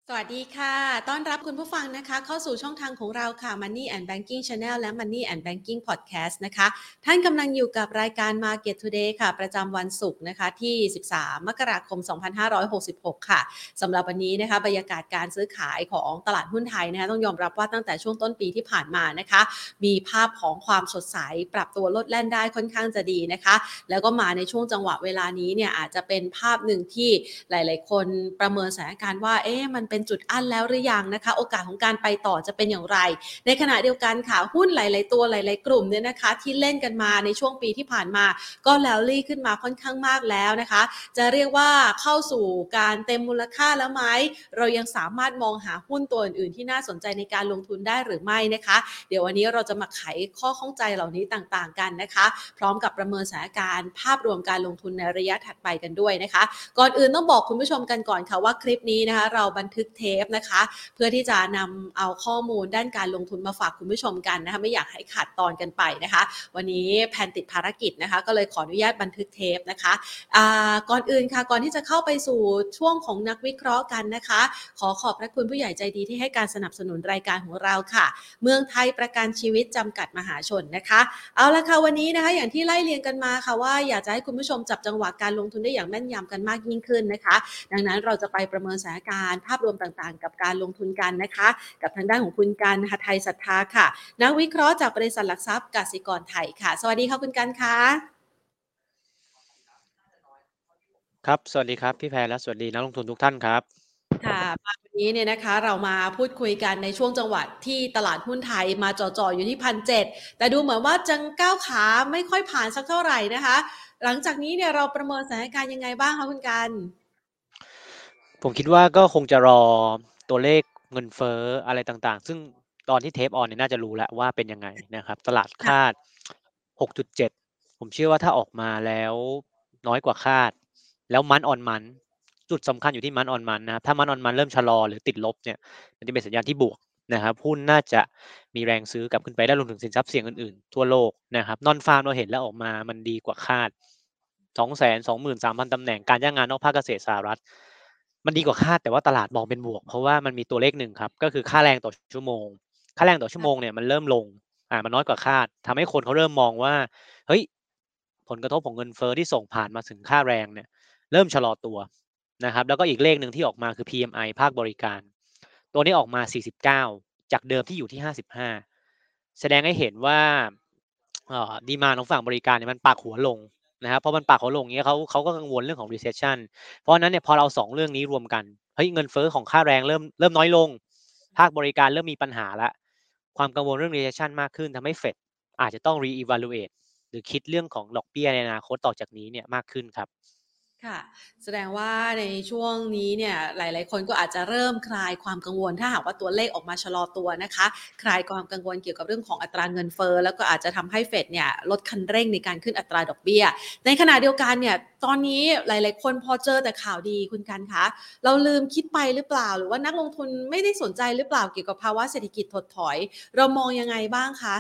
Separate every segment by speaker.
Speaker 1: สวัสดีค่ะต้อนรับคุณผู้ฟังนะคะเข้าสู่ช่องทางของเราค่ะ Money and Banking Channel และ Money and Banking Podcast นะคะท่านกำลังอยู่กับรายการ Market Today ค่ะประจำวันศุกร์นะคะที่13มกราคม2566ค่ะสำหรับวันนี้นะคะบรรยากาศการซื้อขายของตลาดหุ้นไทยนะคะต้องยอมรับว่าตั้งแต่ช่วงต้นปีที่ผ่านมานะคะมีภาพของความสดใสปรับตัวลดแล่นได้ค่อนข้างจะดีนะคะแล้วก็มาในช่วงจังหวะเวลานี้เนี่ยอาจจะเป็นภาพหนึ่งที่หลายๆคนประเมินสถานการณ์ว่ามันเป็นจุดอั้นแล้วหรือยังนะคะโอกาสของการไปต่อจะเป็นอย่างไรในขณะเดียวกันค่ะหุ้นหลายๆตัวหลายๆกลุ่มเนี่ยนะคะที่เล่นกันมาในช่วงปีที่ผ่านมาก็แรลลี่ขึ้นมาค่อนข้างมากแล้วนะคะจะเรียกว่าเข้าสู่การเต็มมูลค่าแล้วไหมเรายังสามารถมองหาหุ้นตัวอื่นๆที่น่าสนใจในการลงทุนได้หรือไม่นะคะเดี๋ยววันนี้เราจะมาไขข้อข้องใจเหล่านี้ต่างๆกันนะคะพร้อมกับประเมินสถานการณ์ภาพรวมการลงทุนในระยะถัดไปกันด้วยนะคะก่อนอื่นต้องบอกคุณผู้ชมกันก่อนค่ะว่าคลิปนี้นะคะเราบันทึกเทปนะคะเพื่อที่จะนำเอาข้อมูลด้านการลงทุนมาฝากคุณผู้ชมกันนะคะไม่อยากให้ขาดตอนกันไปนะคะวันนี้แพนติดภารกิจนะคะก็เลยขออนุญาตบันทึกเทปนะคะก่อนอื่นค่ะก่อนที่จะเข้าไปสู่ช่วงของนักวิเคราะห์กันนะคะขอบพระคุณผู้ใหญ่ใจดีที่ให้การสนับสนุนรายการของเราค่ะเมืองไทยประกันชีวิตจำกัดมหาชนนะคะเอาละค่ะวันนี้นะคะอย่างที่ไล่เรียงกันมาค่ะว่าอยากจะให้คุณผู้ชมจับจังหวะการลงทุนได้อย่างแม่นยำกันมากยิ่งขึ้นนะคะดังนั้นเราจะไปประเมินสถานการณ์ภาพรวมต่างๆกับการลงทุนกันนะคะกับทางด้านของคุณกันหทัยศรัทธาค่ะนักวิเคราะห์จากบริษัทหลักทรัพย์กสิกรไทยค่ะสวัสดีค่ะคุณกันค่ะ
Speaker 2: ครับสวัสดีครับพี่แพรและสวัสดีนักลงทุนทุกท่านครับ
Speaker 1: ค่ะมาวันนี้เนี่ยนะคะเรามาพูดคุยกันในช่วงจังหวะที่ตลาดหุ้นไทยมาจ่อๆอยู่ที่1,700แต่ดูเหมือนว่าจะก้าวขาไม่ค่อยผ่านสักเท่าไหร่นะคะหลังจากนี้เนี่ยเราประเมินสถานการณ์ยังไงบ้างคะคุณกัน
Speaker 2: ผมคิดว่าก็คงจะรอตัวเลขเงินเฟ้ออะไรต่างๆซึ่งตอนที่เทปออนเนี่ยน่าจะรู้แล้วว่าเป็นยังไงนะครับตลาดคา
Speaker 1: ค่ะ
Speaker 2: ด 6.7 ผมเชื่อว่าถ้าออกมาแล้วน้อยกว่าคาดแล้วมันออนมันจุดสำคัญอยู่ที่มันออนมันนะครับถ้ามันออนมันเริ่มชะลอหรือติดลบเนี่ยมันจะเป็นสัญญาณที่บวกนะครับหุ้นน่าจะมีแรงซื้อกลับขึ้นไปได้รวมถึงสินทรัพย์เสี่ยงอื่นๆทั่วโลกนะครับนอนฟาร์มเราเห็นแล้วออกมามันดีกว่าคาด 223,000 ตำแหน่งการจ้างงานนอกภาคเกษตรสหรัฐมันดีกว่าคาดแต่ว่าตลาดมองเป็นบวกเพราะว่ามันมีตัวเลขหนึ่งครับก็คือค่าแรงต่อชั่วโมงค่าแรงต่อชั่วโมงเนี่ยมันเริ่มลงมันน้อยกว่าคาดทำให้คนเขาเริ่มมองว่าเฮ้ยผลกระทบของเงินเฟ้อที่ส่งผ่านมาถึงค่าแรงเนี่ยเริ่มชะลอตัวนะครับแล้วก็อีกเลขหนึ่งที่ออกมาคือ PMI ภาคบริการตัวนี้ออกมา49จากเดิมที่อยู่ที่55แสดงให้เห็นว่าดีมานด์ของฝั่งบริการเนี่ยมันปักหัวลง นะครับเพราะมันปากเขาลงเงี้ยเขาก็กังวลเรื่องของ recession เพราะฉะนั้นเนี่ยพอเรา2เรื่องนี้รวมกันเฮ้ยเงินเฟ้อของค่าแรงเริ่มน้อยลงภาคบริการเริ่มมีปัญหาแล้วความกังวลเรื่อง recession มากขึ้นทำให้เฟดอาจจะต้อง re-evaluate หรือคิดเรื่องของดอกเบี้ยในอนาคตต่อจากนี้เนี่ยมากขึ้นครับ
Speaker 1: ค่ะแสดงว่าในช่วงนี้เนี่ยหลายๆคนก็อาจจะเริ่มคลายความกังวลถ้าหากว่าตัวเลขออกมาชะลอตัวนะคะคลายความกังวลเกี่ยวกับเรื่องของอัตราเงินเฟ้อแล้วก็อาจจะทำให้เฟดเนี่ยลดคันเร่งในการขึ้นอัตราดอกเบี้ยในขณะเดียวกันเนี่ยตอนนี้หลายๆคนพอเจอแต่ข่าวดีคุณกันคะเราลืมคิดไปหรือเปล่าหรือว่านักลงทุนไม่ได้สนใจหรือเปล่าเกี่ยวกับภาวะเศรษฐกิจถดถอยเรามองยังไงบ้างคะ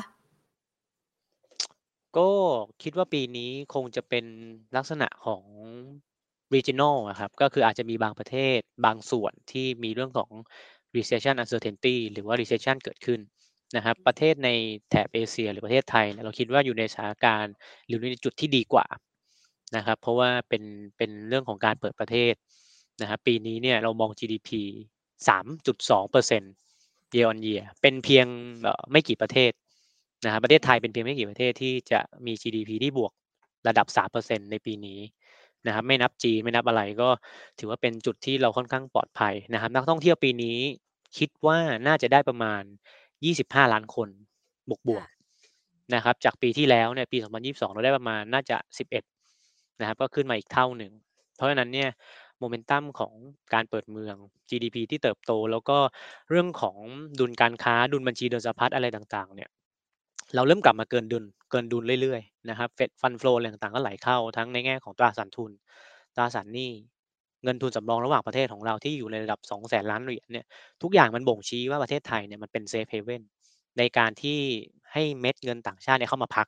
Speaker 2: ก็คิดว่าปีนี้คงจะเป็นลักษณะของ regional อะครับก็คืออาจจะมีบางประเทศบางส่วนที่มีเรื่องของ recession uncertainty หรือว่า recession เกิดขึ้นนะครับประเทศในแถบเอเชียหรือประเทศไทยเนี่ยเราคิดว่าอยู่ในสถานการณ์หรือในจุดที่ดีกว่านะครับเพราะว่าเป็นเรื่องของการเปิดประเทศนะครับปีนี้เนี่ยเรามอง GDP 3.2% year on year เป็นเพียงไม่กี่ประเทศ นะครับประเทศไทยเป็นเพียงไม่กี่ประเทศที่จะมี GDP ที่บวกระดับ 3% ในปีนี้นะครับไม่นับจีนไม่นับอะไรก็ถือว่าเป็นจุดที่เราค่อนข้างปลอดภัยนะครับนักท่องเที่ยวปีนี้คิดว่าน่าจะได้ประมาณ25ล้านคนบวก
Speaker 1: ค่ะ
Speaker 2: ๆนะครับจากปีที่แล้วเนี่ยปี2022เราได้ประมาณน่าจะ11นะครับก็ขึ้นมาอีกเท่าหนึ่งเพราะฉะนั้นเนี่ยโมเมนตัมของการเปิดเมือง GDP ที่เติบโตแล้วก็เรื่องของดุลการค้าดุลบัญชีเดินสะพัดอะไรต่างๆเนี่ย เราเริ่มกลับมาเกินดุลเรื่อยๆนะครับ Fed Fund Flow อะไรต่างๆก็ไหลเข้าทั้งในแง่ของตราสารทุนตราสารหนี้เงินทุนสำรองระหว่างประเทศของเราที่อยู่ในระดับ200,000ล้านเหรียญเนี่ยทุกอย่างมันบ่งชี้ว่าประเทศไทยเนี่ยมันเป็น Safe Haven ในการที่ให้เม็ดเงินต่างชาติเนี่ยเข้ามาพัก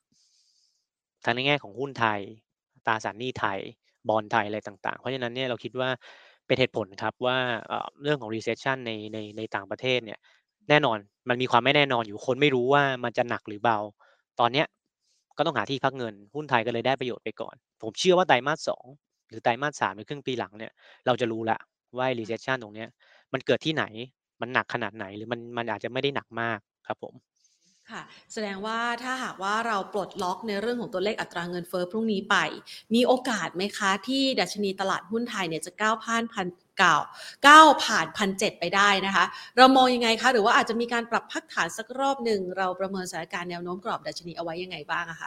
Speaker 2: ทั้งในแง่ของหุ้นไทยตราสารหนี้ไทยบอนด์ไทยอะไรต่างๆเพราะฉะนั้นเนี่ยเราคิดว่าเป็นเหตุผลครับว่าเรื่องของ recession ในต่างประเทศเนี่ยแน่นอนมันมีความไม่แน่นอนอยู่คนไม่รู้ว่ามันจะหนักหรือเบาตอนเนี้ยก็ต้องหาที่พักเงินหุ้นไทยก็เลยได้ประโยชน์ไปก่อนผมเชื่อว่าไตรมาส2หรือไตรมาส3หรือครึ่งปีหลังเนี่ยเราจะรู้แล้วว่า recession ตรงเนี้ยมันเกิดที่ไหนมันหนักขนาดไหนหรือมันอาจจะไม่ได้หนักมากครับผม
Speaker 1: ค่ะแสดงว่าถ้าหากว่าเราปลดล็อกในเรื่องของตัวเลขอัตราเงินเฟ้อพรุ่งนี้ไปมีโอกาสไหมคะที่ดัชนีตลาดหุ้นไทยเนี่ยจะก้าวผ่าน1,700ไปได้นะคะเรามองยังไงคะหรือว่าอาจจะมีการปรับพักฐานสักรอบหนึ่งเราประเมินสถานการณ์แนวโน้มกรอบดัชนีเอาไว้ยังไงบ้างอะคะ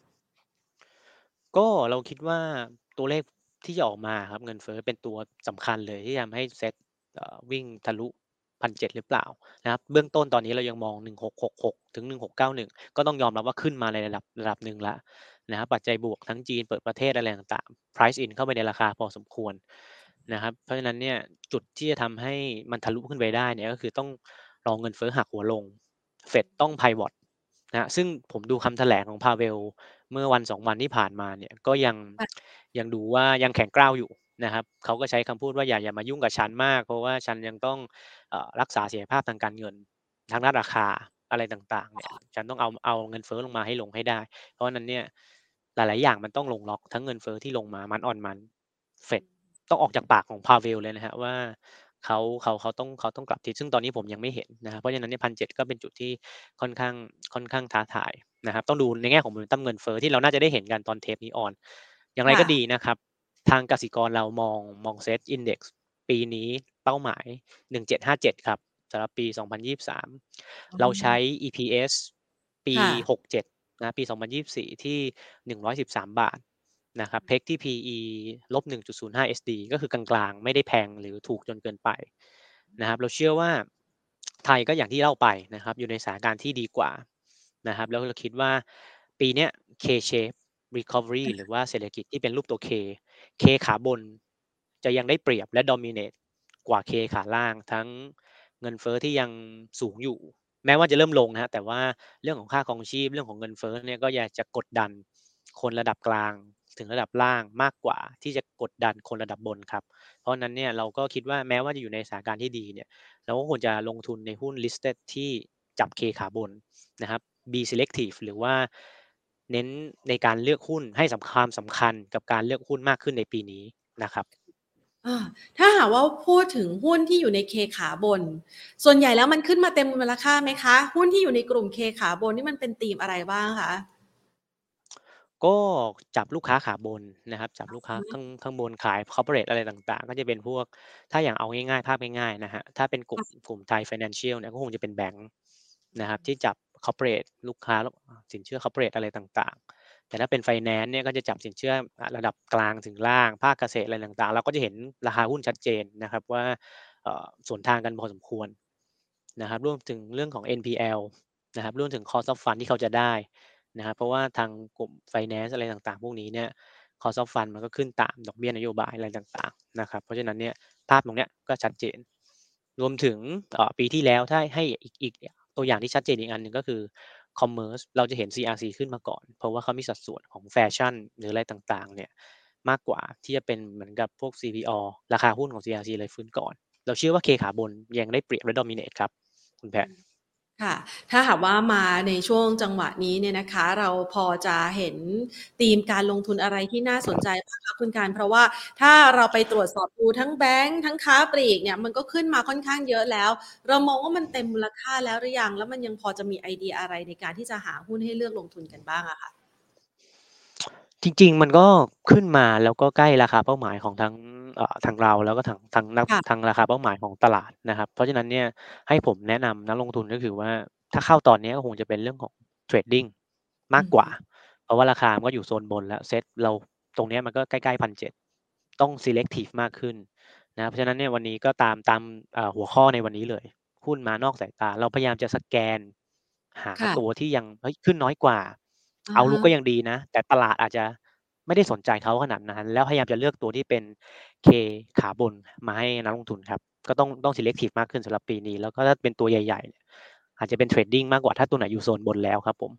Speaker 2: ก็เราคิดว่าตัวเลขที่จะออกมาครับเงินเฟ้อเป็นตัวสำคัญเลยที่ทำให้เซ็ตวิ่งทะลุ1,700หรือเปล่านะครับเบื้องต้นตอนนี้เรายังมอง1666ถึง1691ก็ต้องยอมรับว่าขึ้นมาในระดับหนึ่งแล้วนะครับปัจจัยบวกทั้งจีนเปิดประเทศอะไรต่างๆ price in เข้าไปในราคาพอสมควรนะครับเพราะฉะนั้นเนี่ยจุดที่จะทำให้มันทะลุขึ้นไปได้เนี่ยก็คือต้องรอเงินเฟ้อหักหัวลงเฟดต้อง pivot นะซึ่งผมดูคำแถลงของ Powell เมื่อวัน2วันที่ผ่านมาเนี่ยก็ยังดูว่ายังแข็งกร้าวอยู่นะครับเขาก็ใช้คำพูดว่าอย่ามายุ่งกับฉันมากเพราะว่าฉันยังต้องรักษาเสถียรภาพทางการเงินทางด้านราคาอะไรต่างๆเนี่ยฉันต้องเอาเงินเฟ้อลงมาให้ลงให้ได้เพราะฉะนั้นเนี่ยหลายๆอย่างมันต้องลงล็อกทั้งเงินเฟ้อที่ลงมามันเฟดต้องออกจากปากของ Powell เลยนะครับว่าเขาต้องกลับทิศซึ่งตอนนี้ผมยังไม่เห็นนะครับเพราะฉะนั้นเนี่ย1,700ก็เป็นจุดที่ค่อนข้างค่อนข้างท้าทาย นะครับต้องดูในแง่ของ momentum เงินเฟ้อที่เราน่าจะได้เห็นกันตอนเทปนี้ออนอย่างไร
Speaker 1: ค่ะ
Speaker 2: ก็ดีนะครับทางกสิกรเรามองเซตอินเด็กซ์ปีนี้เป้าหมาย1757ครับสำหรับปี2023
Speaker 1: อ๋
Speaker 2: เราใช้
Speaker 1: อ
Speaker 2: EPS ปี
Speaker 1: ค่ะ
Speaker 2: 67นะปี2024ที่113บาทนะครับ PEG ที่ PE -1.05 SD ก็คือกลางๆไม่ได้แพงหรือถูกจนเกินไปนะครับเราเชื่อว่าไทยก็อย่างที่เล่าไปนะครับอยู่ในสถานการณ์ที่ดีกว่า นะครับแล้วเราคิดว่าปีเนี้ย K-shape recovery หรือว่าเศรษฐกิจที่เป็นรูปตัว K K ขาบนจะยังได้เปรียบและ dominate กว่า K ขาล่างทั้งเงินเฟ้อที่ยังสูงอยู่แม้ว่าจะเริ่มลงนะฮะแต่ว่าเรื่องของค่าครองชีพเรื่องของเงินเฟ้อเนี่ยก็อยากจะกดดันคนระดับกลางถึงระดับล่างมากกว่าที่จะกดดันคนระดับบนครับเพราะฉะนั้นเนี่ยเราก็คิดว่าแม้ว่าจะอยู่ในสถานการณ์ที่ดีเนี่ยเราก็ควรจะลงทุนในหุ้น listed ที่จับ K ขาบน นะครับ be selective หรือว่าเน้นในการเลือกหุ้นให้ความสำคัญกับการเลือกหุ้นมากขึ้นในปีนี้นะครับ
Speaker 1: อาถ้าหากว่าพูดถึงหุ้นที่อยู่ใน K ขาบนส่วนใหญ่แล้วมันขึ้นมาเต็มมูลค่าไหมคะหุ้นที่อยู่ในกลุ่ม K ขาบนนี่มันเป็นธีมอะไรบ้างคะ
Speaker 2: ก็จับลูกค้าขาบนนะครับจับลูกค้าข้างบนขายคอร์ปอเรตอะไรต่างๆก็จะเป็นพวกถ้าอย่างเอาง่ายๆภาพง่ายๆนะครับถ้าเป็นกลุ่มไทย Financial เนี่ยก็คงจะเป็นแบงก์นะครับที่จับคอร์ปอเรตลูกค้าสินเชื่อคอร์ปอเรตอะไรต่างๆแต่ถ้าเป็นไฟแนนซ์เนี่ยก็จะจับสินเชื่อระดับกลางถึงล่างภาคเกษตรอะไรต่างๆเราก็จะเห็นราคาหุ้นชัดเจนนะครับว่าสวนทางกันพอสมควรนะครับรวมถึงเรื่องของ NPL นะครับรวมถึง Cost of Fund ที่เขาจะได้นะครับเพราะว่าทางกลุ่มไฟแนนซ์อะไรต่างๆพวกนี้เนี่ย Cost of Fund มันก็ขึ้นตามดอกเบี้ยนโยบายอะไรต่างๆนะครับเพราะฉะนั้นเนี่ยภาพตรงเนี้ยก็ชัดเจนรวมถึงปีที่แล้วถ้าให้อีกตัวอย่างที่ชัดเจนอีกอันหนึ่งก็คือคอมเมอร์สเราจะเห็น CRC ขึ้นมาก่อนเพราะว่าเขามีสัดส่วนของแฟชั่นหรืออะไรต่างๆเนี่ยมากกว่าที่จะเป็นเหมือนกับพวก CPO ราคาหุ้นของ CRC เลยฟื้นก่อนเราเชื่อว่าเคขาบนยังได้เปรียบและ dominate ครับคุณแพท
Speaker 1: ค่ะถ้าหากว่ามาในช่วงจังหวะนี้เนี่ยนะคะเราพอจะเห็นธีมการลงทุนอะไรที่น่าสนใจบ้างคะคุณการเพราะว่าถ้าเราไปตรวจสอบดูทั้งแบงก์ทั้งค้าปลีกเนี่ยมันก็ขึ้นมาค่อนข้างเยอะแล้วเรามองว่ามันเต็มมูลค่าแล้วหรือยังแล้วมันยังพอจะมีไอเดียอะไรในการที่จะหาหุ้นให้เลือกลงทุนกันบ้างอะค่ะ
Speaker 2: จริงๆมันก็ขึ้นมาแล้วก็ใกล้ราคาเป้าหมายของทั้งทางเราแล้วก็ทาง
Speaker 1: ค่ะ
Speaker 2: ราคาเป้าหมายของตลาดนะครับเพราะฉะนั้นเนี่ยให้ผมแนะนำนักลงทุนก็คือว่าถ้าเข้าตอนนี้ก็คงจะเป็นเรื่องของเทรดดิง
Speaker 1: อื
Speaker 2: มากกว่า
Speaker 1: ม
Speaker 2: เพราะว่าราคามันก็อยู่โซนบนแล้วเซ็ตเราตรงเนี้ยมันก็ใกล้ๆ1,700ต้อง selective มากขึ้นนะครับเพราะฉะนั้นเนี่ยวันนี้ก็ตามหัวข้อในวันนี้เลยหุ้นมานอกสายตาเราพยายามจะสแกนหาตัว
Speaker 1: ค่ะ
Speaker 2: ที่ยังเฮ้ยขึ้นน้อยกว่า
Speaker 1: อะฮะ
Speaker 2: outlook ก็ยังดีนะแต่ตลาดอาจจะไม่ได้สนใจเขาขนาดนั้นแล้วพยายามจะเลือกตัวที่เป็น K ขาบนมาให้นักลงทุนครับก็ต้อง selective มากขึ้นสำหรับปีนี้แล้วก็ถ้าเป็นตัวใหญ่ๆเนี่ยอาจจะเป็นเทรดดิงมากกว่าถ้าตัวไหนอยู่โซนบนแล้วครับผม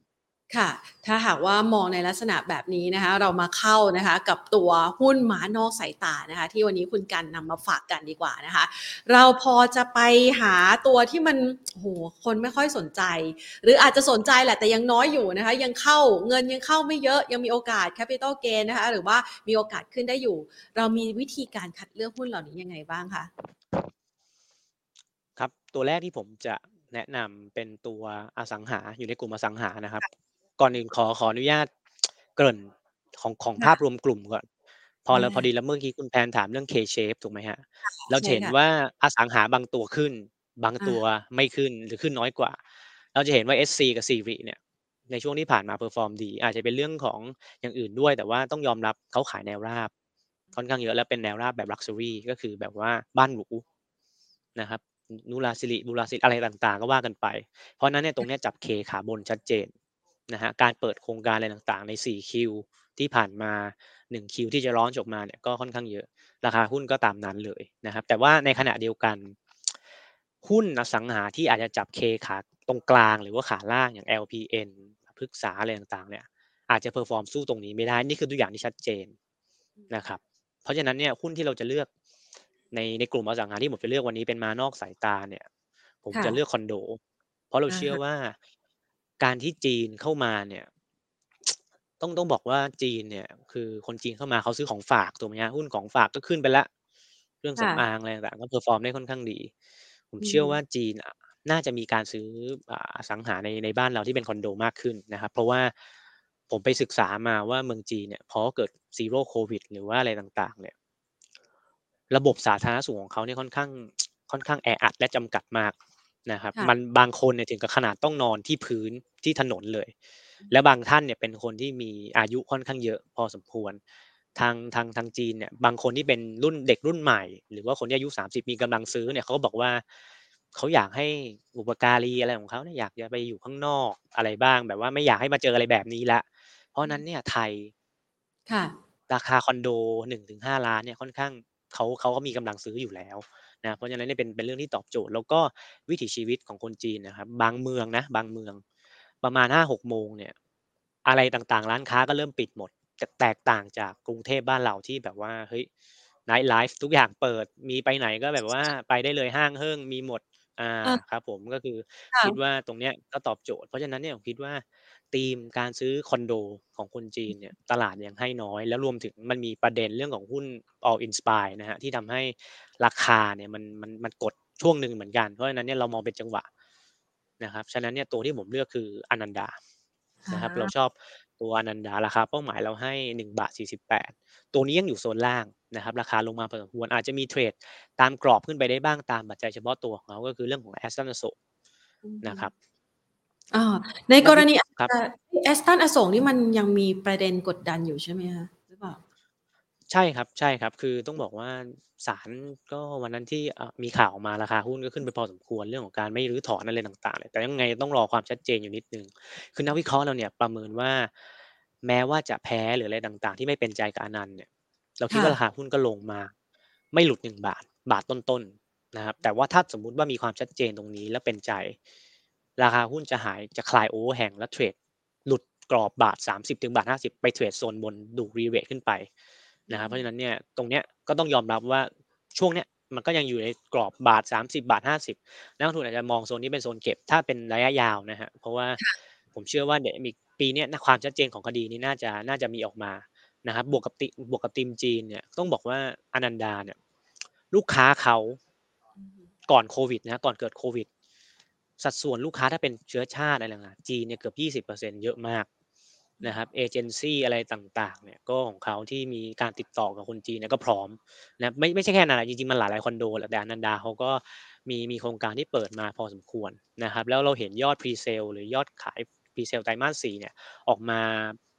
Speaker 1: ค่ะถ้าหากว่ามองในลักษณะแบบนี้นะคะเรามาเข้านะคะกับตัวหุ้นม้านอกสายตานะคะที่วันนี้คุณกันนำมาฝากกันดีกว่านะคะเราพอจะไปหาตัวที่มันโอ้โฮคนไม่ค่อยสนใจหรืออาจจะสนใจแหละแต่ยังน้อยอยู่นะคะยังเข้าเงินยังเข้าไม่เยอะยังมีโอกาส Capital Gain นะคะหรือว่ามีโอกาสขึ้นได้อยู่เรามีวิธีการคัดเลือกหุ้นเหล่านี้ยังไงบ้างคะ
Speaker 2: ครับตัวแรกที่ผมจะแนะนำเป็นตัวอสังหาอยู่ในกลุ่มอสังหานะครับก่อนอื่นขออนุญาตเกริ่นของภาพร
Speaker 1: ค่ะ
Speaker 2: วมกลุ่มก่อนพอดีแล้วเมื่อกี้คุณแพนถามเรื่อง K-shape ถูกไหมครับเราจะ
Speaker 1: ใช่ค่ะ
Speaker 2: เห็นว่าอสังหาบางตัวขึ้นบาง
Speaker 1: อา
Speaker 2: ตัวไม่ขึ้นหรือขึ้นน้อยกว่าเราจะเห็นว่า SC กับ CREIT เนี่ยในช่วงที่ผ่านมาเพอร์ฟอร์มดีอาจจะเป็นเรื่องของอย่างอื่นด้วยแต่ว่าต้องยอมรับเขาขายแนวราบค่อนข้างเยอะและเป็นแนวราบแบบ Luxury ก็คือแบบว่าบ้านหรูนะครับ นูราสิริบูราสิริอะไรต่างๆก็ว่ากันไปเพราะฉะนั้นเนี่ยตรงเนี้ยจับเคขาบนชัดเจนนะครับการเปิดโครงการอะไรต่างๆใน4คิวที่ผ่านมา1คิวที่จะ launch ออกมาเนี่ยก็ค่อนข้างเยอะราคาหุ้นก็ตามนั้นเลยนะครับแต่ว่าในขณะเดียวกันหุ้นอสังหาที่อาจจะจับเคขาตรงกลางหรือว่าขาล่างอย่าง LPN พฤกษาอะไรต่างๆเนี่ยอาจจะเพอร์ฟอร์มสู้ตรงนี้ไม่ได้นี่คือตัวอย่างที่ชัดเจนนะครับเพราะฉะนั้นเนี่ยหุ้นที่เราจะเลือกในกลุ่มอสังหาที่ผมจะเลือกวันนี้เป็นมานอกสายตาเนี่ย ผม
Speaker 1: ค่ะ
Speaker 2: จะเลือกคอนโดเพราะเรา
Speaker 1: อะฮะ
Speaker 2: เชื่อว่าการที่จีนเข้ามาเนี่ยต้องบอกว่าจีนเนี่ยคือคนจีนเข้ามาเขาซื้อของฝากถูกไหมครับหุ้นของฝากก็ขึ้นไปแล้วเครื่อง
Speaker 1: ค่ะ
Speaker 2: สำอางอะไรต่างๆก็เพอร์ฟอร์มได้ค่อนข้างดีผม
Speaker 1: อือฮึ
Speaker 2: เชื่อว่าจีนน่าจะมีการซื้ออสังหาในบ้านเราที่เป็นคอนโดมากขึ้นนะครับเพราะว่าผมไปศึกษามาว่าเมืองจีนเนี่ยพอเกิดซีโร่โควิดหรือว่าอะไรต่างๆเนี่ย ระบบสาธารณสุขของเขาเนี่ยค่อนข้างแออัดและจำกัดมากนะครับมัน
Speaker 1: ค่ะ
Speaker 2: บางคนเนี่ยถึงกับขนาดต้องนอนที่พื้นที่ถนนเลยและบางท่านเนี่ยเป็นคนที่มีอายุค่อนข้างเยอะพอสมควรทางจีนเนี่ยบางคนที่เป็นรุ่นเด็กรุ่นใหม่หรือว่าคนที่อายุ30มีกำลังซื้อเนี่ยเขาก็บอกว่าเขาอยากให้บุปการีอะไรของเขาเนี่ยอยากจะไปอยู่ข้างนอกอะไรบ้างแบบว่าไม่อยากให้มาเจออะไรแบบนี้แล้วเพราะฉะนั้นเนี่ยไทย
Speaker 1: ค่ะ
Speaker 2: ราคาคอนโด1-5 ล้านเนี่ยค่อนข้างเขาก็มีกำลังซื้ออยู่แล้วนะเพราะฉะนั้นเนี่ยเป็นเรื่องที่ตอบโจทย์แล้วก็วิถีชีวิตของคนจีนนะครับบางเมืองนะบางเมืองประมาณ5-6โมงเนี่ยอะไรต่างๆร้านค้าก็เริ่มปิดหมดจะแตกต่างจากกรุงเทพบ้านเราที่แบบว่าเฮ้ย Night Life ทุกอย่างเปิดมีไปไหนก็แบบว่าไปได้เลยห้างเหิ้งมีหมด
Speaker 1: อา
Speaker 2: ครับผมก็คือคิด
Speaker 1: ค่ะ
Speaker 2: ว่าตรงเนี้ยก็ตอบโจทย์เพราะฉะนั้นเนี่ยผมคิดว่า ธีมการซื้อคอนโดของคนจีนเนี่ยตลาดยังให้น้อยแล้วรวมถึงมันมีประเด็นเรื่องของหุ้น All Inspire นะครับที่ทำให้ราคาเนี่ยมันกดช่วงหนึ่งเหมือนกันเพราะฉะนั้นเนี่ยเรามองเป็นจังหวะนะครับฉะนั้นเนี่ยตัวที่ผมเลือกคืออนันดานะครับเราช
Speaker 1: อา
Speaker 2: อบตัวอนันดาราคาเป้าหมายเราให้1.48 บาทตัวนี้ยังอยู่โซนล่างนะครับราคาลงมาพอสมควรอาจจะมีเทรดตามกรอบขึ้นไปได้บ้างตามปัจจัยเฉพาะตัวของเขาก็คือเรื่องของ Aston Asoc
Speaker 1: อือฮึ
Speaker 2: นะครับ
Speaker 1: อาใน
Speaker 2: แล้ววิ
Speaker 1: กรณี
Speaker 2: ครับ
Speaker 1: Aston อโศกนี่มันยังมีประเด็นกดดันอยู่ใช่ไหมคะหรือเปล่า
Speaker 2: ใช่ครับใช่ครับคือต้องบอกว่าศาลก็วันนั้นที่มีข่าวออกมาราคาหุ้นก็ขึ้นไปพอสมควรเรื่องของการไม่รื้อถอนอะไรต่างๆเนี่ยแต่ยังไงต้องรอความชัดเจนอยู่นิดหนึ่งคือนักวิเคราะห์เราเนี่ยประเมินว่าแม้ว่าจะแพ้หรืออะไรต่างๆที่ไม่เป็นใจกับอนันต์เนี่ยเราคิดว่าราคา
Speaker 1: ค่ะ
Speaker 2: หุ้นก็ลงมาไม่หลุด1 บาทบาทต้นๆนะครับแต่ว่าถ้าสมมุติว่ามีความชัดเจนตรงนี้แล้วเป็นใจราคาหุ้นจะหายจะคลาย overhang และเทรดหลุดกรอบบาท30ถึงบาท50ไปเทรดโซนบนดู re-rate ขึ้นไป
Speaker 1: อื
Speaker 2: นะครับเพราะฉะนั้น
Speaker 1: ม
Speaker 2: เนี่ยตรงเนี้ยก็ต้องยอมรับว่าช่วงเนี้ยมันก็ยังอยู่ในกรอบบาท30บาท50นักลงทุนอาจจะมองโซนนี้เป็นโซนเก็บถ้าเป็นระยะยาวนะครับเพราะว่าผมเชื่อว่าเดี๋ยวมีปีเนี้ยความชัดเจนของคดีนี้น่าจะมีออกมานะครับบวกกับทีมจีนเนี่ยต้องบอกว่าอนันดาเนี่ยลูกค้าเขา
Speaker 1: อือฮึ
Speaker 2: ก่อนโควิดนะก่อนเกิดโควิดสัดส่วนลูกค้าถ้าเป็นเชื้อชาติอะไรต่างๆจีนเนี่ยเกือบ20%เยอะมาก นะครับเอเจนซีอะไรต่างๆเนี่ยก็ของเขาที่มีการติดต่อกับคนจีนเนี่ยก็พร้อมนะไม่ใช่แค่นั้นนะจริงๆมันหลายๆคอนโดแหละแต่อนันดาเขาก็มีโครงการที่เปิดมาพอสมควรนะครับแล้วเราเห็นยอด Pre-sale หรือยอดขาย Pre-sale ไตรมาส4เนี่ยออกมา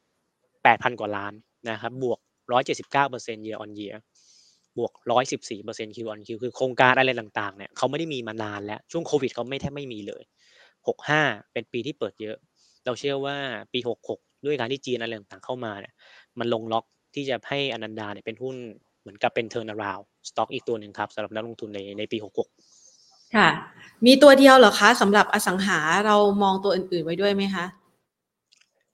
Speaker 2: 8,000กว่าล้านนะครับบวก179% year on year บวก114% Q on Q คือโครงการอะไรต่างๆเนี่ยเขาไม่ได้มีมานานแล้วช่วงโควิดเขาแทบไม่มีเลย65เป็นปีที่เปิดเยอะ เราเชื่อว่าปี66ด้วยการที่จีนอะไรต่างๆเข้ามาเนี่ยมันลงล็อกที่จะให้อนันดาเนี่ยเป็นหุ้นเหมือนกับเป็น turnaround สต็อกอีกตัวหนึ่งครับสำหรับนักลงทุนในปี66
Speaker 1: ค่ะมีตัวเดียวเหรอคะสำหรับอสังหาเรามองตัวอื่นๆไว้ด้วยไหมคะ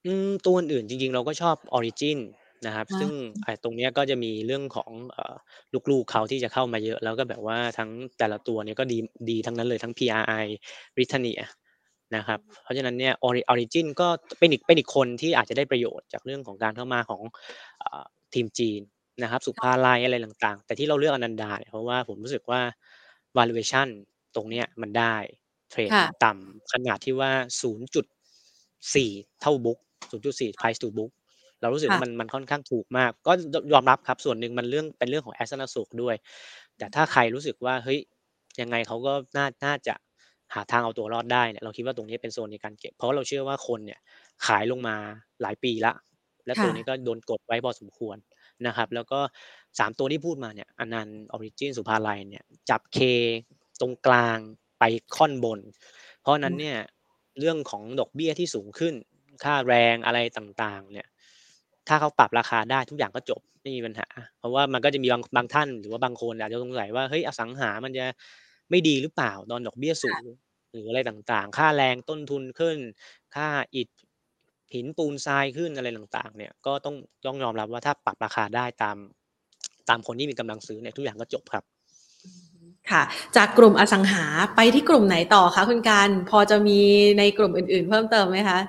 Speaker 2: ตัวอื่นๆจริงๆเราก็ชอบ Origin นะครับซึ่ง
Speaker 1: คะ
Speaker 2: ตรงเนี้ยก็จะมีเรื่องของลูกๆเขาที่จะเข้ามาเยอะแล้วก็แบบว่าทั้งแต่ละตัวเนี่ยก็ดีทั้งนั้นเลยทั้ง PRI Britannia นะครับเพราะฉะนั้นเนี่ย Origin ก็เป็นอีกคนที่อาจจะได้ประโยชน์จากเรื่องของการเข้ามาของอ่าทีมจีนนะครับสุภาลัยอะไรต่างๆแต่ที่เราเลือกอนันดาเนี่ยเพราะว่าผมรู้สึกว่า valuation ตรงเนี้ยมันได้เทรด
Speaker 1: ค่ะ
Speaker 2: ต่ำขนาดที่ว่า0.4เท่า book 0.4 price to book เรารู้สึกว่ามัน
Speaker 1: ค่ะ
Speaker 2: ค่อนข้างถูกมากก็ยอมรับครับส่วนหนึ่งมันเป็นเรื่องของ Asana สุขด้วยแต่ถ้าใครรู้สึกว่าเฮ้ยยังไงเขาก็น่าจะหาทางเอาตัวรอดได้เนี่ยเราคิดว่าตรงนี้เป็นโซนในการเก็บเพราะเราเชื่อว่าคนเนี่ยขายลงมาหลายปีแล้วและตัวนี้ก็
Speaker 1: ค่ะ
Speaker 2: โดนกดไว้พอสมควรนะครับแล้วก็3ตัวที่พูดมาเนี่ยอนันต์ Origin สุภาลัยเนี่ยจับ K ตรงกลางไปค่อนบนเพราะฉะนั้นเนี่ยเรื่องของดอกเบี้ยที่สูงขึ้นค่าแรงอะไรต่างๆเนี่ยถ้าเขาปรับราคาได้ทุกอย่างก็จบไม่มีปัญหาเพราะว่ามันก็จะมีบางท่านหรือว่าบางคนอาจจะสงสัยว่าเฮ้ยอสังหามันจะไม่ดีหรือเปล่าตอนดอกเบี้ยสูงหรืออะไรต่างๆค่าแรงต้นทุนขึ้นค่าอิฐหินปูนทรายขึ้นอะไรต่างๆเนี่ยก็ต้องยอมรับว่าถ้าปรับราคาได้ตามคนที่มีกำลังซื้อเนี่ยทุกอย่างก็จบครับ
Speaker 1: ค่ะจากกลุ่มอสังหาไปที่กลุ่มไหนต่อคะคุณการพอจะมีในกลุ่มอื่นๆเพิ่มเติมไหมคะ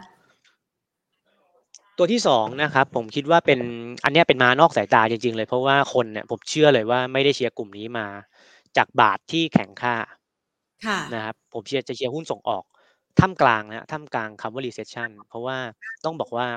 Speaker 2: ตัวที่2นะครับผมคิดว่าเป็นอันเนี้ยเป็นม้านอกสายตาจริงๆเลยเพราะว่าคนเนี่ยผมเชื่อเลยว่าไม่ได้เชียร์กลุ่มนี้มาจากบาทที่แข็งค่า
Speaker 1: ค่ะ
Speaker 2: นะครับผมจะเชียร์หุ้นส่งออกท่ามกลางนะครับท่ามกลางคำว่า recession เพราะว่าต้องบอกว่า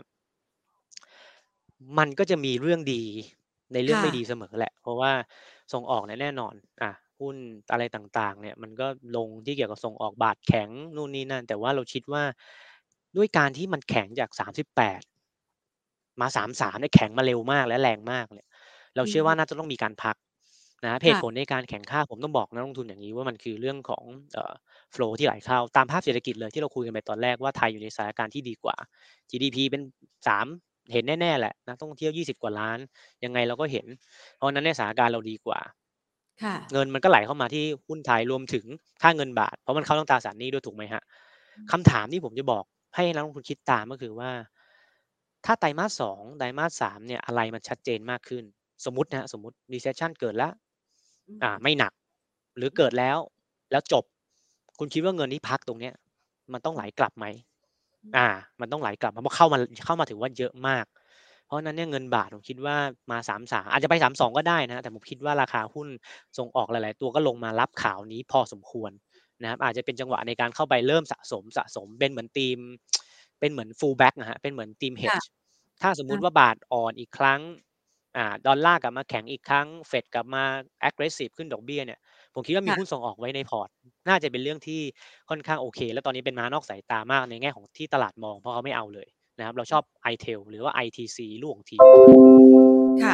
Speaker 2: มันก็จะมีเรื่องดีในเรื่อง
Speaker 1: ค่ะ
Speaker 2: ไม่ดีเสมอแหละเพราะว่าส่งออกเนี่ยแน่นอนหุ้นอะไรต่างๆเนี่ยมันก็ลงที่เกี่ยวกับส่งออกบาทแข็งนู่นนี่นั่นแต่ว่าเราคิดว่าด้วยการที่มันแข็งจาก38 มา33เนี่ยแข็งมาเร็วมากและแรงมากเนี่ยเรา
Speaker 1: อื
Speaker 2: เชื่อว่าน่า
Speaker 1: ม
Speaker 2: จะต้องมีการพักนะครับเหตุผล
Speaker 1: ค่ะ
Speaker 2: ในการแข่งค่าผมต้องบอกนักลงทุนอย่างงี้ว่ามันคือเรื่องของโฟลว์ที่ไหลเข้าตามภาพเศรษฐกิจเลยที่เราคุยกันไปตอนแรกว่าไทยอยู่ในสถานการณ์ที่ดีกว่า GDP เป็น3เห็นแน่ๆแหละนักท่องเที่ยว20กว่าล้านยังไงเราก็เห็นเพราะฉะนั้นเนี่ยสถานการณ์เราดีกว่า
Speaker 1: ค่ะ
Speaker 2: เงินมันก็ไหลเข้ามาที่หุ้นไทยรวมถึงค่าเงินบาทเพราะมันเข้าทั้งตราสารหนี้ด้วยถูกไหมครับคำถามที่ผมจะบอกให้นักลงทุนคิดตามก็คือว่าถ้าไตรมาส2ไตรมาส3เนี่ยอะไรมันชัดเจนมากขึ้นสมมุตินะครับสมมุติ recession เกิดแล้ว
Speaker 1: อืม
Speaker 2: ไม่หนักหรือเกิดแล้วจบคุณคิดว่าเงินที่พักตรงเนี้ยมันต้องไหลกลับไหมอา มันต้องไหลกลับมาเพราะเข้ามาถือว่าเยอะมาก เพราะฉะนั้นเนี่ยเงินบาทผมคิดว่ามา33อาจจะไป32ก็ได้นะครับแต่ผมคิดว่าราคาหุ้นส่งออกหลายๆตัวก็ลงมารับข่าวนี้พอสมควรนะครับอาจจะเป็นจังหวะในการเข้าไปเริ่มสะสมเป็นเหมือนธีมเป็นเหมือน full back อะครับเป็นเหมือนธีม hedge
Speaker 1: ค่ะ
Speaker 2: ถ้าสมมุติว่าบาทอ่อนอีกครั้งดอลลาร์กลับมาแข็งอีกครั้งเฟดกลับมา aggressive ขึ้นดอกเบี้ยเนี่ยผมคิดว่ามีหุ้น
Speaker 1: ค่ะ
Speaker 2: ส่งออกไว้ในพอร์ตน่าจะเป็นเรื่องที่ค่อนข้างโอเคแล้วตอนนี้เป็นม้านอกสายตามากในแง่ของที่ตลาดมองเพราะเขาไม่เอาเลย นะครับเราชอบ iTel หรือว่า ITC ลูกของ TU
Speaker 1: ค่ะ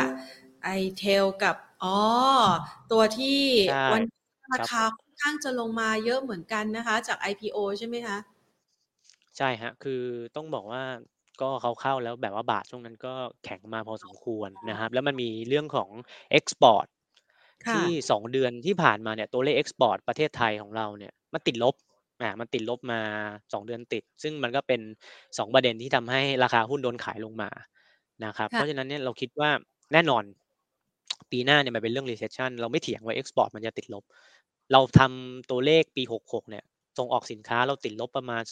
Speaker 1: iTel กับอ๋อตัวที่
Speaker 2: ใช่
Speaker 1: วันราคา
Speaker 2: ครับผม
Speaker 1: ค่อนข้างจะลงมาเยอะเหมือนกันนะคะจาก IPO ใช่ไหมคะ
Speaker 2: ใช่ครับคือต้องบอกว่าก็เขาเข้าแล้วแบบว่าบาทช่วงนั้นก็แข็งมาพอสมควรนะครับแล้วมันมีเรื่องของเอ็กซ์พอร์ต
Speaker 1: ค่ะ
Speaker 2: ที่2เดือนที่ผ่านมาเนี่ยตัวเลขเอ็กซ์พอร์ตประเทศไทยของเราเนี่ยมันติดลบมันติดลบมา2เดือนติดซึ่งมันก็เป็น2ประเด็นที่ทำให้ราคาหุ้นโดนขายลงมานะครับเพราะฉะ
Speaker 1: ค่ะ
Speaker 2: นั้นเนี่ยเราคิดว่าแน่นอนปีหน้าเนี่ยมันเป็นเรื่อง recession เราไม่เถียงว่าเอ็กซ์พอร์ตมันจะติดลบ เราทำตัวเลขปี66เนี่ยส่งออกสินค้าเราติดลบประมาณ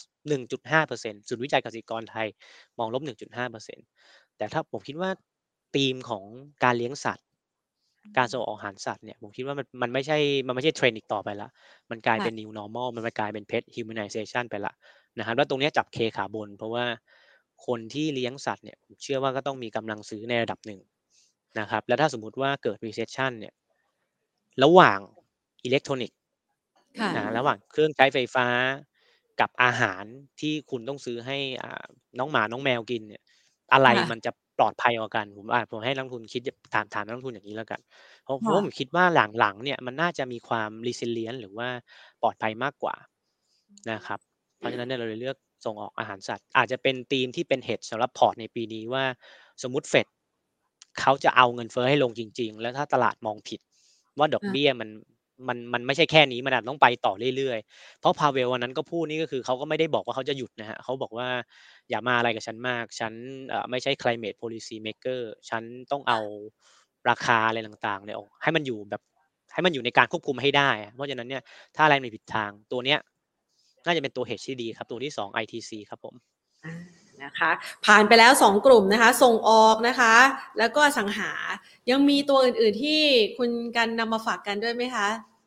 Speaker 2: 1.5%ศูนย์วิจัยเกษตรกรไทยมองลบ1.5%แต่ถ้าผมคิดว่าธีมของการเลี้ยงสัตว์การส่งออกอาหารสัตว์เนี่ยผมคิดว่ามันไม่ใช่ trend อีกต่อไปแล้วมันกลายเป็น
Speaker 1: ค่ะ
Speaker 2: new normal มันกลายเป็น pet humanization ไปแล้วนะครับแล้วตรงเนี้ยจับเคขาบนเพราะว่าคนที่เลี้ยงสัตว์เนี่ยผมเชื่อว่าก็ต้องมีกำลังซื้อในระดับหนึ่งนะครับแล้วถ้าสมมุติว่าเกิด recession เนี่ยระหว่างอิเล็กทรอนิกส์
Speaker 1: ค่ะ
Speaker 2: ระหว่างเครื่องใช้ไฟฟ้ากับอาหารที่คุณต้องซื้อให้น้องหมาน้องแมวกินเนี่ยอะไรมัน
Speaker 1: ค่ะ
Speaker 2: จะปลอดภัยกว่ากันผมให้นักลงทุนคิดถามนักลงทุนอย่างงี้แล้วกันเพราะว่าผม
Speaker 1: ค่ะ
Speaker 2: คิดว่าหลังๆเนี่ยมันน่าจะมีความ resilient หรือว่าปลอดภัยมากกว่านะครับเพราะฉะนั้นเนี่ยเราเลยเลือกส่งออกอาหารสัตว์อาจจะเป็นธีมที่เป็น hedge สำหรับพอร์ตในปีนี้ว่าสมมุติเฟดเขาจะเอาเงินเฟ้อให้ลงจริงๆแล้วถ้าตลาดมองผิดว่าดอก
Speaker 1: ค่ะ
Speaker 2: เบี้ยมันมันไม่ใช่แค่นี้มันอาจต้องไปต่อเรื่อยๆเพราะ Powell วันนั้นก็พูดนี่ก็คือเขาก็ไม่ได้บอกว่าเขาจะหยุดนะครับเขาบอกว่าอย่ามาอะไรกับฉันมากฉันไม่ใช่ climate policy maker ฉันต้องเอาราคาอะไรต่างๆเนี่ยออกให้มันอยู่แบบให้มันอยู่ในการควบคุมให้ได้อะเพราะฉะนั้นเนี่ยถ้าอะไรมันผิดทางตัวเนี้ยน่าจะเป็นตัว hedge ที่ดีครับตัวที่2 ITC ครับผม
Speaker 1: อานะคะผ่านไปแล้ว2กลุ่มนะคะส่งออกนะคะแล้วก็อสังหายังมีตัวอื่นๆที่คุณกันนำมาฝากกันด้วยไหมคะ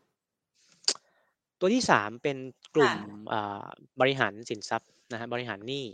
Speaker 2: ตัวที่3เป็นกลุ่
Speaker 1: ค่ะ
Speaker 2: มอ่าบริหารสินทรัพย์นะครับบริหารหนี้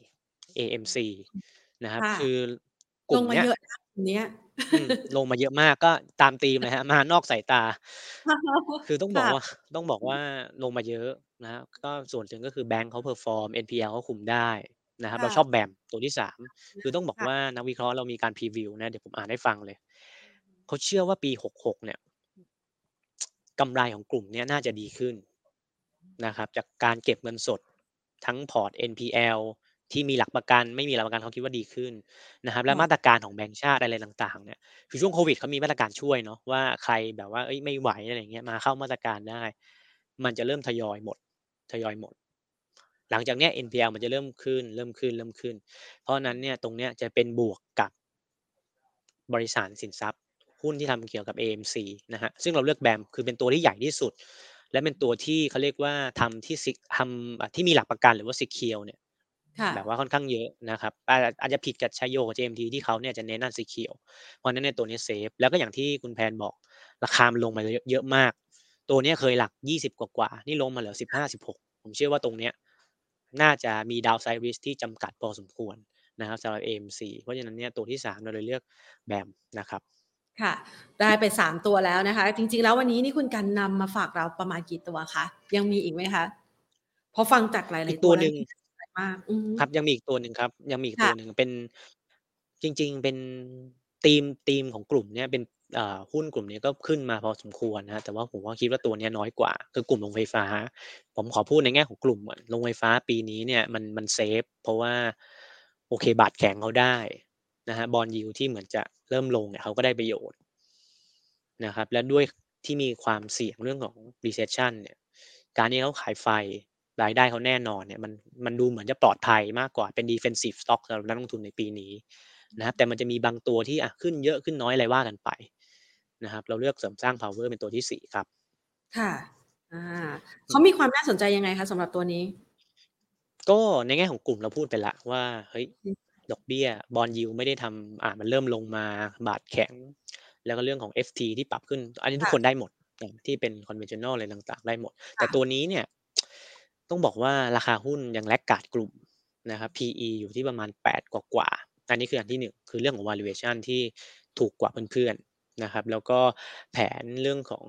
Speaker 2: AMC นะครับ
Speaker 1: ค่ะ
Speaker 2: คือก
Speaker 1: ล
Speaker 2: ลุ่มเนี้ย
Speaker 1: งมาเยอะนะกลุ่มเนี้ย
Speaker 2: ลงมาเยอะมากก็ตามธีมเลยครับมานอกสายตาคือต้องบอก
Speaker 1: ค่ะ
Speaker 2: ว่าต้องบอกว่าลงมาเยอะนะครับก็ส่วนหนึ่งก็คือแบงก์เขาเพอร์ฟอร์ม NPL เขาคุมได้นะครับเรา
Speaker 1: ค่ะ
Speaker 2: ชอบแบมตัวที่3คือต้องบอก
Speaker 1: ค่ะ
Speaker 2: ว่านักวิเคราะห์เรามีการพรีวิวนะเดี๋ยวผมอ่านให้ฟังเลยเขาเชื่อว่าปี66เนี่ยกำไรของกลุ่มเนี้ยน่าจะดีขึ้นนะครับจากการเก็บเงินสดทั้งพอร์ต NPL ที่มีหลักประกันไม่มีหลักประกันเขาคิดว่าดีขึ้นนะครับและมาตร
Speaker 1: ค่ะ
Speaker 2: การของแบงก์ชาติอะไรต่างๆเนี่ย คือช่วงโควิดเขามีมาตรการช่วยเนาะว่าใครแบบว่าเอ้ยไม่ไหวอะไรอย่างเงี้ยมาเข้ามาตรการได้มันจะเริ่มทยอยหมดหลังจากเนี้ย NPL มันจะเริ่มขึ้นเพราะฉะนั้นเนี่ยตรงเนี้ยจะเป็นบวกกับบริษัทสินทรัพย์หุ้นที่ทำเกี่ยวกับ AMC นะครับซึ่งเราเลือกแบมคือเป็นตัวที่ใหญ่ที่สุดและเป็นตัวที่เขาเรียกว่าทำที่ซิทำที่มีหลักประกันหรือว่า Secure เนี่ย
Speaker 1: ค่ะ
Speaker 2: แบบว่าค่อนข้างเยอะนะครับอาจจะผิดกับชัยโยกับ JMT ที่เขาเนี่ยจะเน้นด้าน Secure เพราะฉะนั้นเนี่ยตัวนี้เซฟแล้วก็อย่างที่คุณแพนบอกราคามันลงมาเยอะมากตัวเนี้ยเคยหลัก20กว่าๆนี่ลงมาเหลือ15-16ผมเชื่อว่าตรงเนี้ยน่าจะมี downside risk ที่จำกัดพอสมควรนะครับสำหรับ AMC เพราะฉะนั้นเนี่ยตัวที่3เราเลยเลือกแบมนะครับ
Speaker 1: ค่ะได้ไป3ตัวแล้วนะคะจริงๆแล้ววันนี้นี่คุณกันนำมาฝากเราประมาณกี่ตัวคะยังมีอีกไหมคะเพราะฟังจากหลายๆตัวแล้ว
Speaker 2: อีกตัวหนึ่ง
Speaker 1: น่าสนใจมากอือฮึ
Speaker 2: ครับยังมีอีกตัวหนึ่งครับยังมีอีกตัวหนึ่ง
Speaker 1: ค่ะ
Speaker 2: เป็นจริงๆเป็นธีมของกลุ่มเนี้ยเป็นหุ้นกลุ่มนี้ก็ขึ้นมาพอสมควรนะครับแต่ว่าผมก็คิดว่าตัวเนี้ยน้อยกว่าคือกลุ่มโรงไฟฟ้าผมขอพูดในแง่ของกลุ่มก่อนโรงไฟฟ้าปีนี้เนี่ยมันเซฟเพราะว่าโอเคบาทแข็งเขาได้นะครับ Bond yield ที่เหมือนจะเริ่มลงเนี่ยเขาก็ได้ประโยชน์ นะครับและด้วยที่มีความเสี่ยงเรื่องของ recession เนี่ยการที่เขาขายไฟรายได้เขาแน่นอนเนี่ยมันดูเหมือนจะปลอดภัยมากกว่าเป็น defensive stock สำหรับนักลงทุนในปีนี้นะครับแต่มันจะมีบางตัวที่ขึ้นเยอะขึ้นน้อยอะไรว่ากันไปนะครับเราเลือกเสริมสร้าง power เป็นตัวที่4ครับ
Speaker 1: ค่ะอา
Speaker 2: อืม
Speaker 1: เขามีความน่าสนใจยังไงคะสำหรับตัวนี้
Speaker 2: ก็ในแง่ของกลุ่มเราพูดไปแล้วว่าเฮ้ย
Speaker 1: อืม
Speaker 2: ดอกเบี้ย Bond yield ไม่ได้ทำมันเริ่มลงมาบาทแข็งแล้วก็เรื่องของ FT ที่ปรับขึ้นอันนี้ทุกคน
Speaker 1: ค่ะ
Speaker 2: ได้หมดที่เป็น conventional อะไรต่างๆได้หมดแต่ตัว
Speaker 1: ค่ะ
Speaker 2: นี้เนี่ย ต้องบอกว่าราคาหุ้นยัง laggard กลุ่มนะครับ PE อยู่ที่ประมาณ8กว่าๆอันนี้คืออันที่1คือเรื่องของ valuation ที่ถูกกว่าเพื่อนๆนะครับแล้วก็แผนเรื่องของ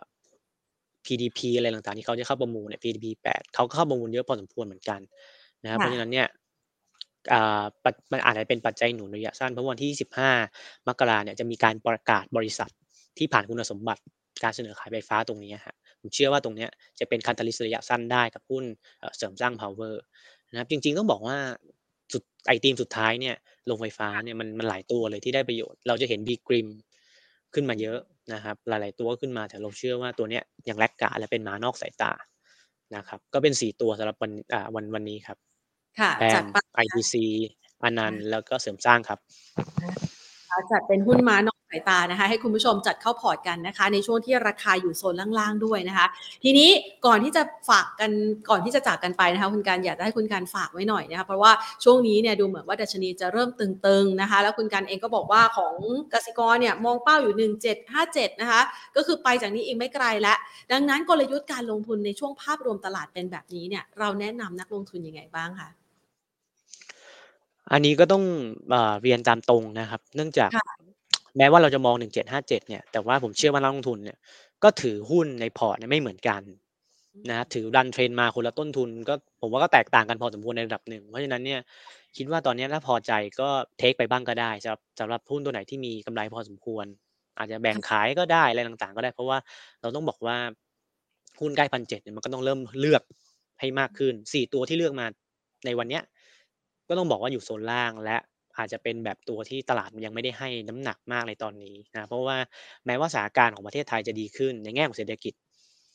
Speaker 2: PDP อะไรต่างๆที่เขาจะเข้าประมูลเนี่ย PDP 8เขาก็เข้าประมูลเยอะพอสมควรเหมือนกันนะครับเพ
Speaker 1: ค่ะ
Speaker 2: ราะฉะนั้นเนี่ยมันอาจจะเป็นปัจจัยหนุนระยะสั้นเพราะวันที่25มกราเนี่ยจะมีการประกาศบริษัทที่ผ่านคุณสมบัติการเสนอขายไฟฟ้าตรงนี้อะครับ ผมเชื่อว่าตรงเนี้ยจะเป็น catalyst ระยะสั้นได้กับหุ้นเสริมสร้าง power นะครับจริงๆต้องบอกว่าไอ้ธีมสุดท้ายเนี่ยโรงไฟฟ้าเนี่ยมันหลายตัวเลยที่ได้ประโยชน์เราจะเห็น BGRIM ขึ้นมาเยอะนะครับหลายๆตัวก็ขึ้นมาแต่เราเชื่อว่าตัวเนี้ยยัง laggard และเป็นหมานอกสายตานะครับก็เป็น4ตัวสำหรับวันนี้ครับ
Speaker 1: ค่ะจัด
Speaker 2: BAM
Speaker 1: ไปนะคะ
Speaker 2: ITC อนันต์แล้วก็เสริมสร้างครับ
Speaker 1: จัดเป็นหุ้นม้านอกสายตานะคะให้คุณผู้ชมจัดเข้าพอร์ตกันนะคะในช่วงที่ราคาอยู่โซนล่างๆด้วยนะคะทีนี้ก่อนที่จะฝากกันก่อนที่จะจากกันไปนะคะคุณการอยากจะให้คุณการฝากไว้หน่อยนะคะเพราะว่าช่วงนี้เนี่ยดูเหมือนว่าดัชนีจะเริ่มตึงๆนะคะแล้วคุณการเองก็บอกว่าของกสิกรเนี่ยมองเป้าอยู่1757นะคะก็คือไปจากนี้อีกไม่ไกลแล้วดังนั้นกลยุทธ์การลงทุนในช่วงภาพรวมตลาดเป็นแบบนี้เนี่ยเราแนะนำนักลงทุนยังไงบ้างคะ
Speaker 2: อันนี้ก็ต้องเรียนตามตรงนะครับเนื่องจาก
Speaker 1: ค่ะ
Speaker 2: แม้ว่าเราจะมอง1757เนี่ยแต่ว่าผมเชื่อว่านักลงทุนเนี่ยก็ถือหุ้นในพอร์ตเนี่ยไม่เหมือนกันนะครับถือ run trend มาคนละต้นทุนก็ผมว่าก็แตกต่างกันพอสมควรในระดับหนึ่งเพราะฉะนั้นเนี่ยคิดว่าตอนเนี้ยถ้าพอใจก็เทกไปบ้างก็ได้สำหรับหุ้นตัวไหนที่มีกำไรพอสมควรอาจจะแบ่งขายก็ได้อะไรต่างๆก็ได้เพราะว่าเราต้องบอกว่าหุ้นใกล้1,700เนี่ยมันก็ต้องเริ่มเลือกให้มากขึ้น4ตัวที่เลือกมาในวันเนี้ยก็ต้องบอกว่าอยู่โซนล่างและอาจจะเป็นแบบตัวที่ตลาดมันยังไม่ได้ให้น้ำหนักมากในตอนนี้นะเพราะว่าแม้ว่าสถานการณ์ของประเทศไทยจะดีขึ้นในแง่ของเศรษฐกิจ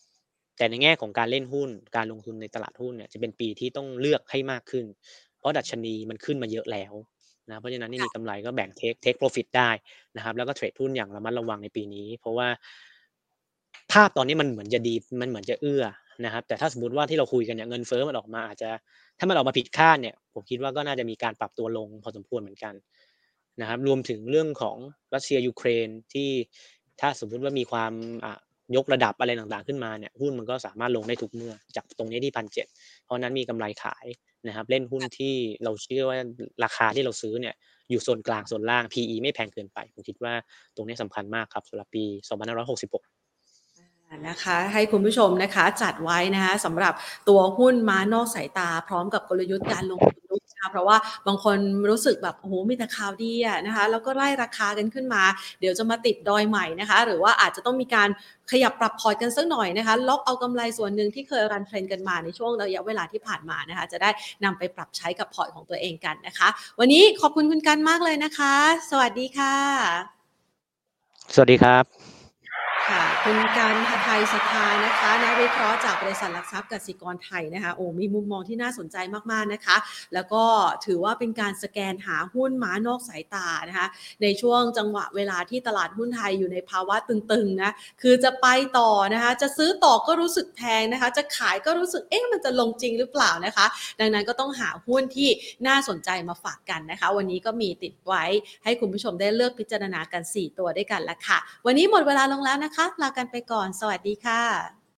Speaker 2: แต่ในแง่ของการเล่นหุ้นการลงทุนในตลาดหุ้นเนี่ยจะเป็นปีที่ต้องเลือกให้มากขึ้นเพราะดัชนีมันขึ้นมาเยอะแล้วนะเพราะฉะนั้นนี่มีกำไรก็แบ่งtake profit ได้นะครับแล้วก็เทรดหุ้นอย่างระมัดระวังในปีนี้เพราะว่าภาพตอนนี้มันเหมือนจะดีมันเหมือนจะเอื้อนะครับแต่ถ้าสมมุติว่าที่เราคุยกันเนี่ยเงินเฟ้อมันออกมาอาจจะถ้ามันออกมาผิดคาดเนี่ยผมคิดว่าก็น่าจะมีการปรับตัวลงพอสมควรเหมือนกันนะครับรวมถึงเรื่องของรัสเซียยูเครนที่ถ้าสมมุติว่ามีความยกระดับอะไรต่างๆขึ้นมาเนี่ยหุ้นมันก็สามารถลงได้ทุกเมื่อจากตรงนี้ที่1,700เพราะนั้นมีกำไรขายนะครับเล่นหุ้นที่เราเชื่อว่าราคาที่เราซื้อเนี่ยอยู่โซนกลางโซนล่าง PE ไม่แพงเกินไปผมคิดว่าตรงนี้สำคัญมากครับสำหรับปี2566
Speaker 1: นะคะให้คุณผู้ชมนะคะจัดไว้นะคะสำหรับตัวหุ้นม้านอกสายตาพร้อมกับกลยุทธ์การลงทุนด้วยนะคะเพราะว่าบางคนรู้สึกแบบโอ้โหมีแต่ข่าวดีอะนะคะแล้วก็ไล่ราคากันขึ้นมาเดี๋ยวจะมาติดดอยใหม่นะคะหรือว่าอาจจะต้องมีการขยับปรับพอร์ตกันสักหน่อยนะคะล็อกเอากำไรส่วนหนึ่งที่เคยรันเทรนกันมาในช่วงระยะเวลาที่ผ่านมานะคะจะได้นำไปปรับใช้กับพอร์ตของตัวเองกันนะคะวันนี้ขอบคุณคุณกันมากเลยนะคะสวัสดีค่ะ
Speaker 2: สวัสดีครับ
Speaker 1: ค่ะคุณกันหทัยสภานะคะนักวิเคราะห์จากบริษัทหลักทรัพย์กสิกรไทยนะคะโอ้มีมุมมองที่น่าสนใจมากๆนะคะแล้วก็ถือว่าเป็นการสแกนหาหุ้นม้านอกสายตานะคะในช่วงจังหวะเวลาที่ตลาดหุ้นไทยอยู่ในภาวะตึงๆนะคือจะไปต่อนะคะจะซื้อต่อก็รู้สึกแพงนะคะจะขายก็รู้สึกมันจะลงจริงหรือเปล่านะคะดังนั้นก็ต้องหาหุ้นที่น่าสนใจมาฝากกันนะคะวันนี้ก็มีติดไว้ให้คุณผู้ชมได้เลือกพิจารณากัน4ตัวด้วยกันละค่ะวันนี้หมดเวลาลงแล้วนะคะลากันไปก่อนสวัสดีค่ะ